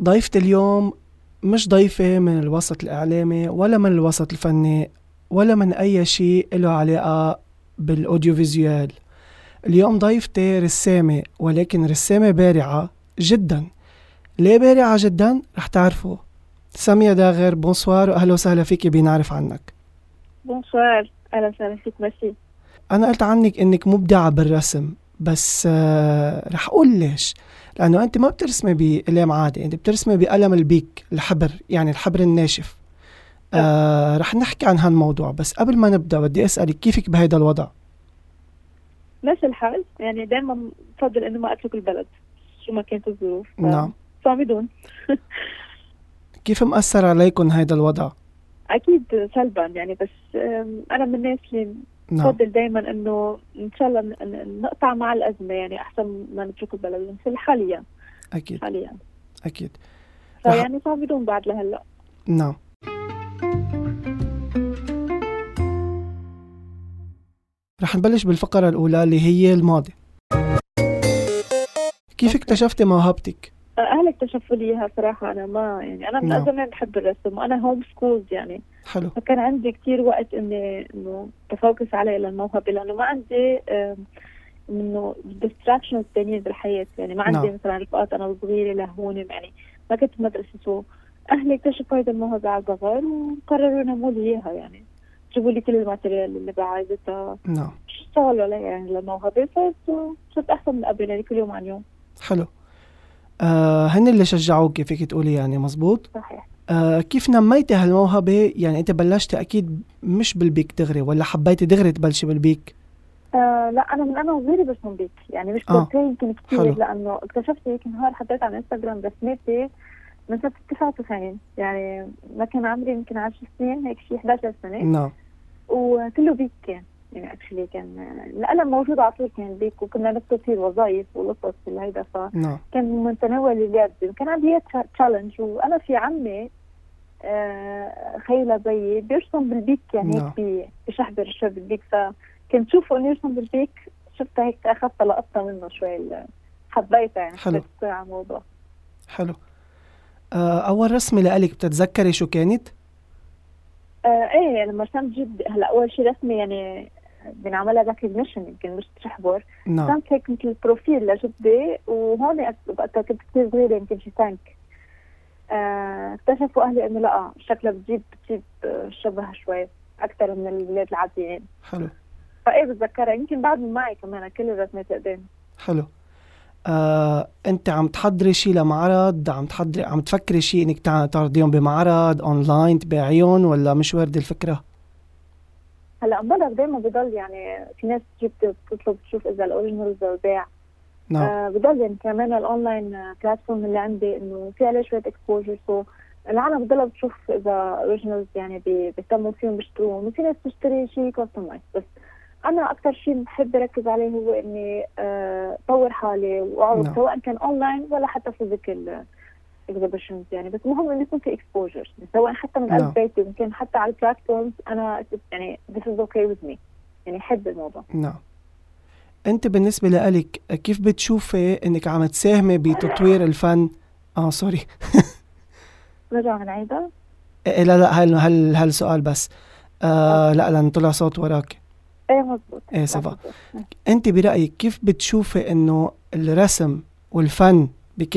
ضيفة اليوم مش ضيفة من الوسط الإعلامي ولا من الوسط الفني ولا من أي شيء له علاقة بالأوديو فيزيوال. اليوم ضيفتي رسامة، ولكن رسامة بارعة جدا. ليه بارعة جدا؟ رح تعرفوا. سامية داغر، بونسوار وأهلا وسهلا فيكي بنعرف عنك. بونسوار، أهلا وسهلا فيك. ميرسي. أنا قلت عنك إنك مبدعة بالرسم، بس رح أقول ليش. لأنه أنت ما بترسمي بقلم عادي، أنت بترسمي بقلم البيك، الحبر، يعني الحبر الناشف. رح نحكي عن هالموضوع، بس قبل ما نبدأ بدي أسألك كيفك بهيدا الوضع؟ ماشي الحال، يعني دائما بفضل إنه ما أترك البلد شو ما كانت الظروف. نعم. صامدون. كيف مأثر عليكم هيدا الوضع؟ أكيد سلبا يعني، بس أنا من الناس اللي نعم. بفضل دائما إنه إن شاء الله نقطع مع الأزمة، يعني أحسن ما نترك البلد حاليا. أكيد. حاليا أكيد. فيعني صامدون بعد لهلا. نعم. رح نبلش بالفقرة الأولى اللي هي الماضي. كيف اكتشفتي موهبتك؟ أهلي اكتشفوا لي إياها صراحة. أنا ما يعني أنا من زمان بحب الرسم، وأنا هوم سكولز يعني. حلو. فكان عندي كتير وقت إنه تفوكس علي للموهبة، لأنه ما عندي إنه distractions التانيين بالحياة. يعني ما عندي مثلا رفقات أنا وصغيرة لهوني، يعني ما كنت مدرسة. أهلي اكتشفوا هيدا الموهبة على صغر وقرروا ينموا لي إياها، يعني جيبوا لي كل الماتريال اللي بعايزتها. اشتغلوا علي يعني للموهبة، صرت أحسن من قبل، يعني كل يوم عن يوم. حلو. هن اللي شجعوك فيك تقولي، يعني مزبوط. صحيح. كيف نميتي هالموهبة؟ يعني أنت بلشتي أكيد مش بالبيك دغري، ولا حبيتي دغري تبلشي بالبيك؟ لا، أنا وصغيرة برسم بيك، يعني مش بورتري يمكن كتير. حلو. لأنه اكتشفت هيك نهار حطيت على انستغرام رسمتي من سنة 99، يعني ما كان عمري يمكن 10 سنين، هيك شيء 11 سنة. نعم. وكله بيك كان، يعني اكشلي كان القلم موجود على طول، كان بيك، وكنا نكتب فيه الوظائف والقصص هيدا، فكان متناول اليد. كان عندي تشالنج، وانا في عمي خيلة زيي بيرسم بالبيك، يعني هيك بشحبر الشب بالبيك. فكنت شوفه انه يرسم بالبيك، شفتها هيك اخذتها لقطة منه شوي، حبيتها يعني. حلو. على الموضوع. حلو. اول رسمة لإلك بتتذكري شو كانت؟ ايه، لما رسمت جد. هلا اول شيء رسمي يعني بنعملها ريكوجنيشن، يمكن مش تشحبر. رسمت هيك مثل البروفيل لجدي، وهون وقتها كنت كثير صغيرة، يمكن شي تانك. اكتشفوا اهلي انه لا، شكلها بتجيب شبه شوي اكثر من الولاد العاديين. حلو. فايه بتذكرها، يمكن بعد معي كمان كل الرسمات قدام. حلو. انت عم تحضري شيء لمعرض؟ عم تفكري شيء انك تعرضيهم بمعرض اونلاين تبيعيهم، ولا مش وارد الفكره؟ هلا بضل دايما بضل، يعني في ناس بتطلب تشوف اذا الاوريجينالز بيع. بضل يعني كمان الاونلاين بلاتفورم اللي عندي انه في عليه شويه اكسبوجر، العالم بضل بتشوف اذا اوريجينالز يعني بيهتموا فيهم بيشتروهم، وفي ناس بتشتري شيء كاستمايز. بس انا اكثر شيء بحب اركز عليه هو اني طور حالي واعرض، سواء كان اونلاين ولا حتى فيزيكال اكزيبيشنز يعني. بس مهم انه يكون في اكسبوجر، سواء حتى من قلب بيتي، ممكن حتى على البلاتفورمز. انا يعني this is okay with me، يعني حب الموضوع. نعم. انت بالنسبه لك كيف بتشوفي انك عم تساهمي بتطوير الفن؟ سوري. نرجع نعيدها. لا هالسؤال بس. لا لأن طلع صوت وراك. ايه مزبوط. ايه صفا. انت برأيك كيف بتشوفي انه الرسم والفن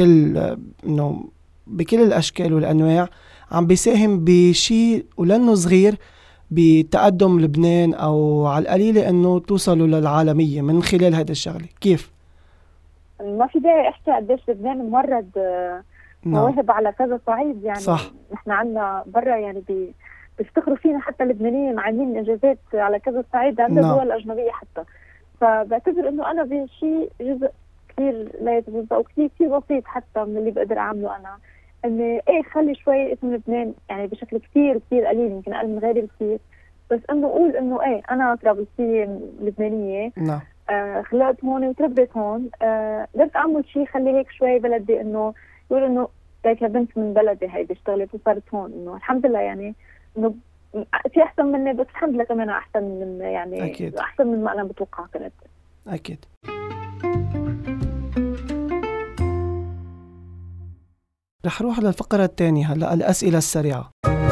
بكل الاشكال والانواع عم بيساهم بشيء ولانه صغير بتقدم لبنان، او على القليلة انه توصلوا للعالمية من خلال هذا الشغلة؟ كيف؟ ما في داعي احكي قديش لبنان ممرد مواهب على كذا صعيد، يعني صح. نحن عندنا برا يعني بيفتخروا فينا، حتى اللبنانيين عاملين انجازات على كذا صعيد عند الدول الاجنبيه حتى. فبعتبر انه انا بشيء جزء كثير لا يتجزأ، وكثير كثير بسيط حتى من اللي بقدر اعمله انا، اني خلي شوي اسم لبنان يعني بشكل كثير كثير قليل، يمكن اقل من غيري بكثير، بس انه اقول انه انا طرابلسية لبنانيه. نعم. خلقت هون وتربيت هون. قدرت اعمل شيء خلي هيك شوي بلدي، انه يقول انه هيك بنت من بلدي هيدي اشتغلت وصارت هون، انه الحمد لله، يعني انه في احسن مني، بس الحمد لله كمان احسن من يعني أكيد. احسن من ما انا بتوقع كنت. اكيد. رح روح للفقرة الثانية هلأ، الأسئلة السريعة.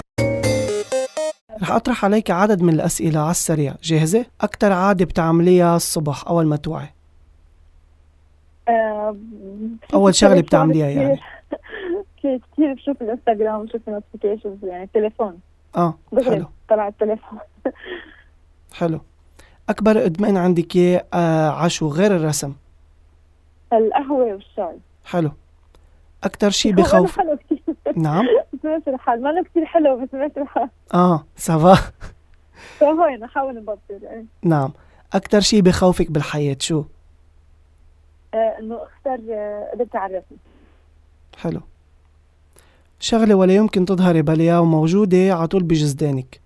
رح أطرح عليك عدد من الأسئلة على السريع. جاهزة؟ أكتر عادة بتعمليها الصبح أول ما توعي؟ أول شغلة بتعمليها يعني؟ كتير بشوف الانستغرام، بشوف النوتيفيكيشنز، يعني التليفون. حلو. طلع التليفون. حلو. أكبر إدمان عندك إيه عشو غير الرسم؟ القهوة والشاي. حلو. أكتر شي بخوف؟ نعم. ماشي الحال، ما أنا كتير حلو بس ماشي الحال. سافا. سافا، نحاول نبطل. نعم. أكتر شي بخوفك بالحياة شو؟ إنه أختار قدرت أعرفني. حلو. شغلة ولا يمكن تظهري بليها وموجودة عطول بجزدانك؟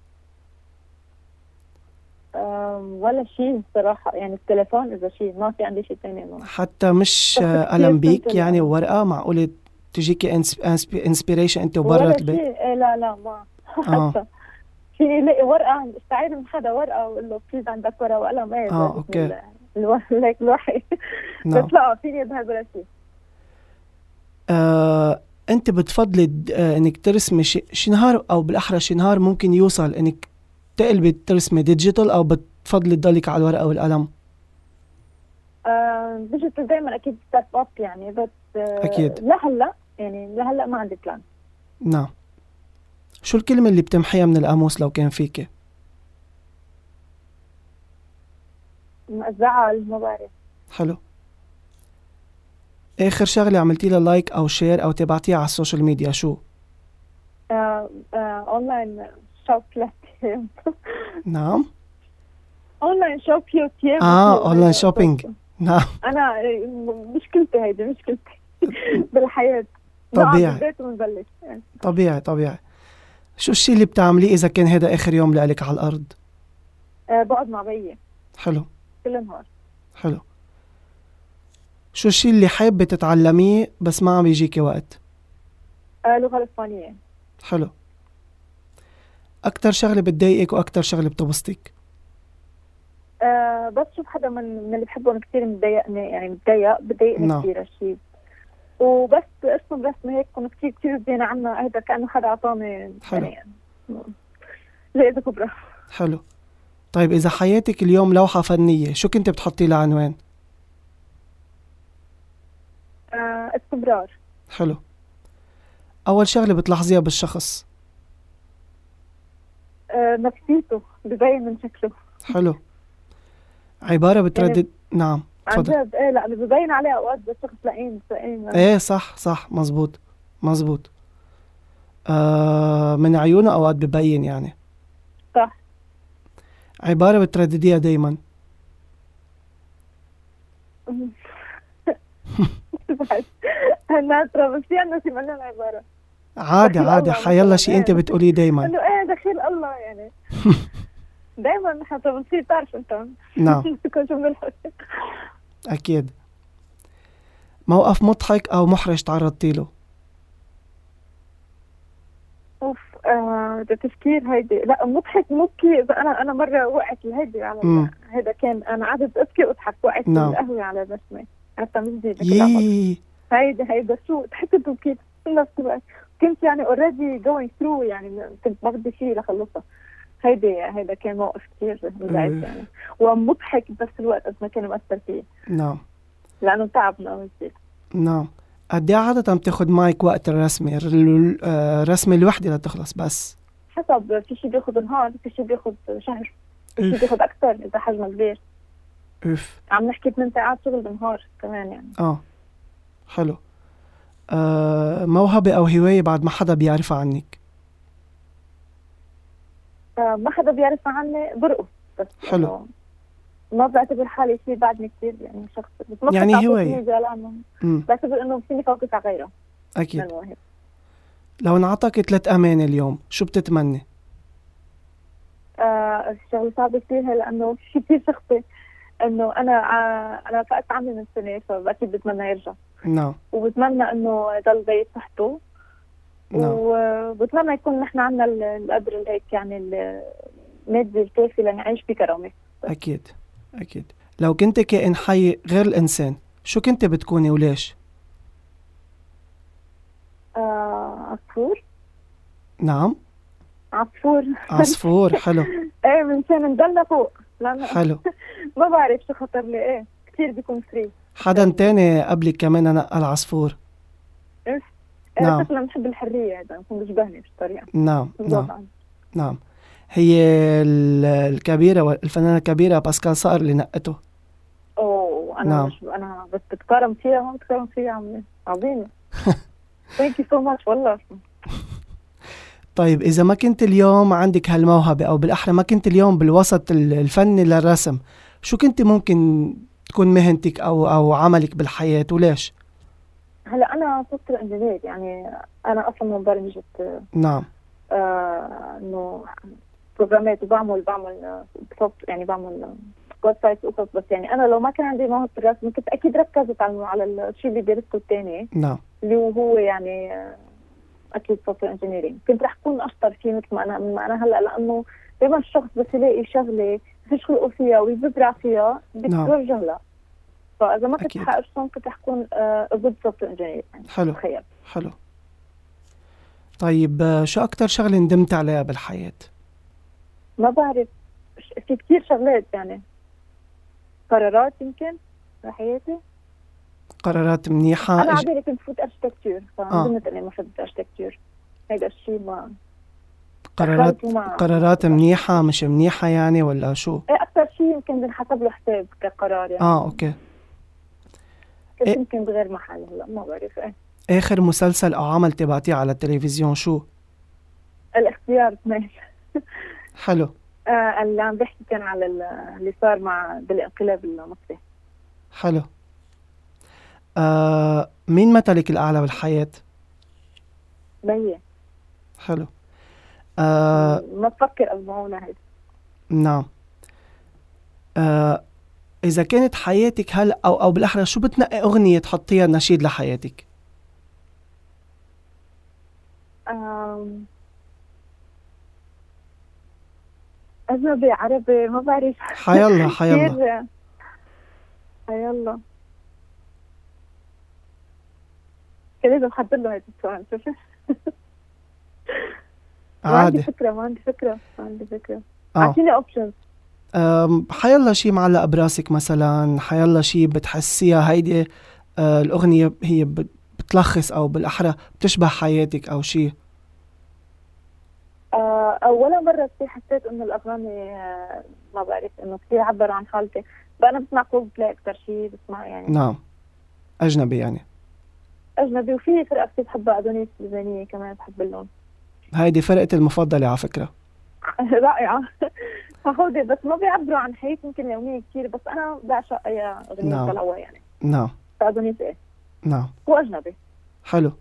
ولا شيء صراحة، يعني التليفون إذا شيء، ما في عندي شيء تاني. حتى مش قلم بيك يعني وورقة معقولة تجيكي انسبيريشن انت وبرا البيت؟ لا ما حتى فيني الاقي ورقة، استعير من حدا ورقة وقول له بليز عندك ورقة وقلم. اوكي. هيك الوحي. بس لا فيني اظهر بلا شيء. انت بتفضلي انك ترسمي شي نهار، او بالاحرى شي نهار ممكن يوصل انك تقلبي ترسمي ديجيتال، او بتفضلي تضلك على الورقة والقلم؟ ديجيتال دايما اكيد ستيب اب يعني، بس اكيد لهلا يعني لهلا ما عندي بلان. نعم. شو الكلمة اللي بتمحيها من القاموس لو كان فيك؟ الزعل، ما بعرف. حلو. اخر شغلة عملتي لها لايك او شير او تبعتيها على السوشيال ميديا شو؟ اونلاين شوب لاتيم. نعم. اونلاين شوب يوتيوب. اونلاين شوبينج. نعم. انا مشكلتي هيدي مشكلتي بالحياة. طبيعي. طبيعي. شو الشيء اللي بتعمليه اذا كان هذا اخر يوم لك على الارض؟ بقعد مع بيي. حلو. كل نهار. حلو. شو الشيء اللي حابة تتعلميه بس ما عم يجيكي وقت؟ اللغة الإسبانية. حلو. أكتر شغلة بتضايقك وأكتر شغلة بتبسطك؟ بس شوف حدا من اللي بحبهم كتير مضايقني، يعني بضايقني كتير هالشيء. وبس ارسم رسمة هيك كنت كتير بدينا عنها، هذا كأنه حدا عطاني. حلو. يعني لقيته كبرى. حلو. طيب إذا حياتك اليوم لوحة فنية شو كنت بتحطي لها عنوان؟ استمرار. حلو. أول شغلة بتلاحظيها بالشخص؟ نفسيته، ببين من شكله. حلو. عبارة بتردد يعني نعم تفضل. عن جد لا ببين عليه أوقات بالشخص لئيم. صح مزبوط. من عيونه أوقات ببين يعني. صح. عبارة بتردديها دايما؟ ناطرة بس يعني في مليون عبارة. عادي حيالله شيء انت بتقوليه دايما. انه دخيل الله يعني. دايما حتى بنصير تعرف انت. نعم. اكيد. موقف مضحك او محرج تعرضتي له؟ ده تفكير هيدي. لا مضحك مبكي. انا مره وقعت الهيدي على هيدا، كان انا قعدت ابكي واضحك، وقعت القهوه على الرسمه حتى مش دي. هيدا شو ضحكت وبكيت نفس الوقت. كنت يعني already going through، يعني كنت باخذ شيء لخلصها. هيدا كان موقف كتير مزعج يعني، ومضحك بس الوقت قد ما كان مؤثر فيه. نعم. لأنه تعبنا وكتير. نعم. قد ايه عادة بتاخد معك وقت الرسمة؟ الرسمة الوحدة لتخلص بس؟ حسب، في شيء بياخد نهار، في شيء بياخد شهر، في شيء بياخد أكتر إذا حجمه كبير. عم نحكي 8 ساعات شغل بالنهار كمان يعني. حلو. موهبة أو هواية بعد ما حدا بيعرفها عنك؟ ما حدا بيعرفها عني، برقص بس. حلو. ما بعتبر حالي شيء بعدني كتير يعني شخص، بس ما يعني هواية. بعتبر إنه فيني فوكس على غيره. أكيد. لو انعطاك 3 أماني اليوم شو بتتمني؟ الشغل صعب كتير لأنه شيء كتير شخصي، إنه أنا فقدت عمي من سنة، فأكيد بتمنى يرجع. نعم. وبتمنى إنه يضل زي صحته. نعم. وبتمنى يكون نحن عنا القدر اللي هيك يعني المادي الكافي لنعيش بكرامة. أكيد. لو كنت كائن حي غير الإنسان شو كنت بتكوني وليش؟ عصفور. نعم عصفور. عصفور. حلو. ايه من سنة نضلنا فوق لأنه حلو. ما بعرف شو خطر لي. ايه كتير بيكون فري. حدا تاني قبلك كمان نقل عصفور. ايه نعم. طفلة بنحب الحرية، هذا بكون بيشبهني بالطريقة. نعم نعم. هي الكبيرة الفنانة الكبيرة باسكال صقر اللي نقته. اوه انا نعم. مش انا بس بتكرم فيها، ما بتكرم فيها عظيمة. ثانك يو سو ماتش والله. طيب إذا ما كنت اليوم عندك هالموهبة، أو بالأحرى ما كنت اليوم بالوسط الفني للرسم، شو كنت ممكن تكون مهنتك أو عملك بالحياة وليش؟ هلا انا سوفت وير انجينير، يعني انا اصلا مبرمجة. نعم. انه بروجرامات، وبعمل سوفت، يعني بعمل ويب سايت وقصص. بس يعني انا لو ما كان عندي موهبة الرسم كنت اكيد ركزت على الشيء اللي درسته الثاني. نعم. اللي هو يعني اكيد سوفت وير انجينيرينج. كنت رح اكون اشطر فيه مثل ما انا هلا، لانه دائما الشخص بس يلاقي شغله فيش خلقه فيها ويبدع فيها بتوجه لها. فاذا ما كنت حقق كنت رح اكون جود سوفت وير انجينير. حلو. تخيل. حلو. طيب شو أكتر شغلة ندمت عليها بالحياة؟ ما بعرف، في كتير شغلات، يعني قرارات يمكن بحياتي. قرارات منيحة. أنا عبالي كنت فوت أرشتكتور، فندمت إني ما فتت أرشتكتور. هيدا الشيء ما قرارات منيحة مش منيحة يعني، ولا شو؟ إيه أكتر شيء يمكن بنحسب له حساب كقرار يعني. أوكي. كنت يمكن بغير محل. هلا ما بعرف. آخر مسلسل أو عمل تبعتيه على التلفزيون شو؟ الاختيار 2. حلو. اللي عم بحكي كان على اللي صار بالانقلاب المصري. حلو. مين مثلك الأعلى بالحياة؟ مية. حلو. ما تفكر قبل ما هون هيدا. نعم. إذا كانت حياتك هلأ أو بالأحرى، شو بتنقي أغنية تحطيها نشيد لحياتك؟ أجنبي عربي ما بعرف. حيالله. كان لازم أحضر له هذا السؤال. عادي. ما عندي فكرة. أعطيني أوبشنز. حيالله شي معلق براسك مثلا، حيالله شي بتحسيها هيدي الأغنية هي بتلخص أو بالأحرى بتشبه حياتك أو شي. ولا مرة كتير حسيت إنه الأغاني ما بعرف إنه كتير عبر عن حالتي. أنا بسمع كولدبلاي أكتر شيء بسمع يعني. نعم. أجنبي يعني. أجنبي. وفي فرقة كتير بحبها أدونيس لبنانية كمان بحب اللون. هيدي فرقتي المفضلة على فكرة. رائعة. هودي بس ما بيعبروا عن حياتي يمكن اليومية كتير، بس أنا بعشق أي أغنية طلعوها يعني. نعم. فأدونيس إيه. نعم. هو أجنبي. حلو.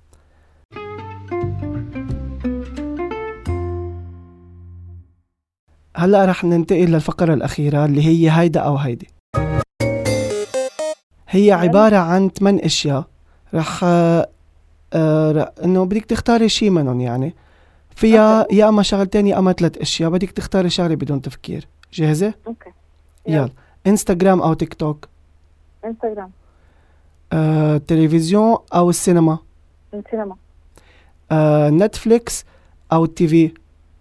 هلأ رح ننتقل للفقرة الأخيرة اللي هي هيدا أو هيدي. هي عبارة عن 8 أشياء رح إنه بدك تختاري شي منهم، يعني فيها يا أما شغلتين يا أما 3 أشياء، بدك تختاري شغلة بدون تفكير. جاهزة؟ أوكي. يلا. إنستغرام أو تيك توك؟ إنستغرام. تلفزيون أو السينما؟ السينما. نتفليكس أو التي في؟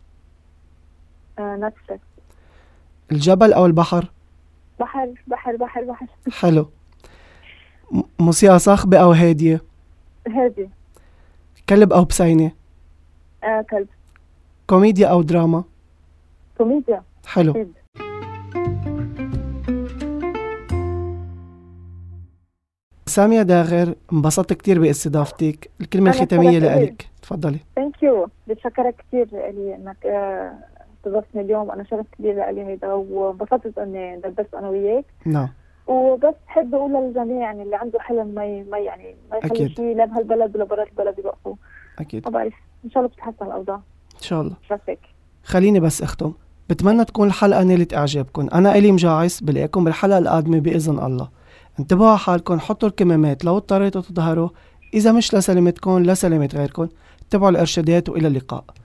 نتفليكس. الجبل أو البحر؟ بحر. حلو. موسيقى صاخبة أو هادية؟ هادية. كلب أو بسينة؟ كلب. كوميديا أو دراما؟ كوميديا. حلو. سامية داغر، انبسطت كتير باستضافتك. الكلمة الختامية لك. تفضلي. ثانك يو. بتشكرك كتير لي انك استضفتني اليوم. انا شرف كبير لي هيدا، وانبسطت اني دردشت انا وياك. نعم. وبس بحب اقول للجميع يعني اللي عنده حلم ما يخلي شيء لا بهالبلد ولا برا البلد يوقفوا. اكيد. ما بعرف، ان شاء الله بتتحسن الاوضاع. ان شاء الله. شرفك. خليني بس اختم. بتمنى تكون الحلقة نالت اعجابكم. انا الي مجاعس، بلاقيكم بالحلقة القادمة باذن الله. انتبهوا على حالكم، حطوا الكمامات لو اضطريتوا تظهروا، اذا مش لسلامتكم لسلامة غيركم. اتبعوا الارشادات والى اللقاء.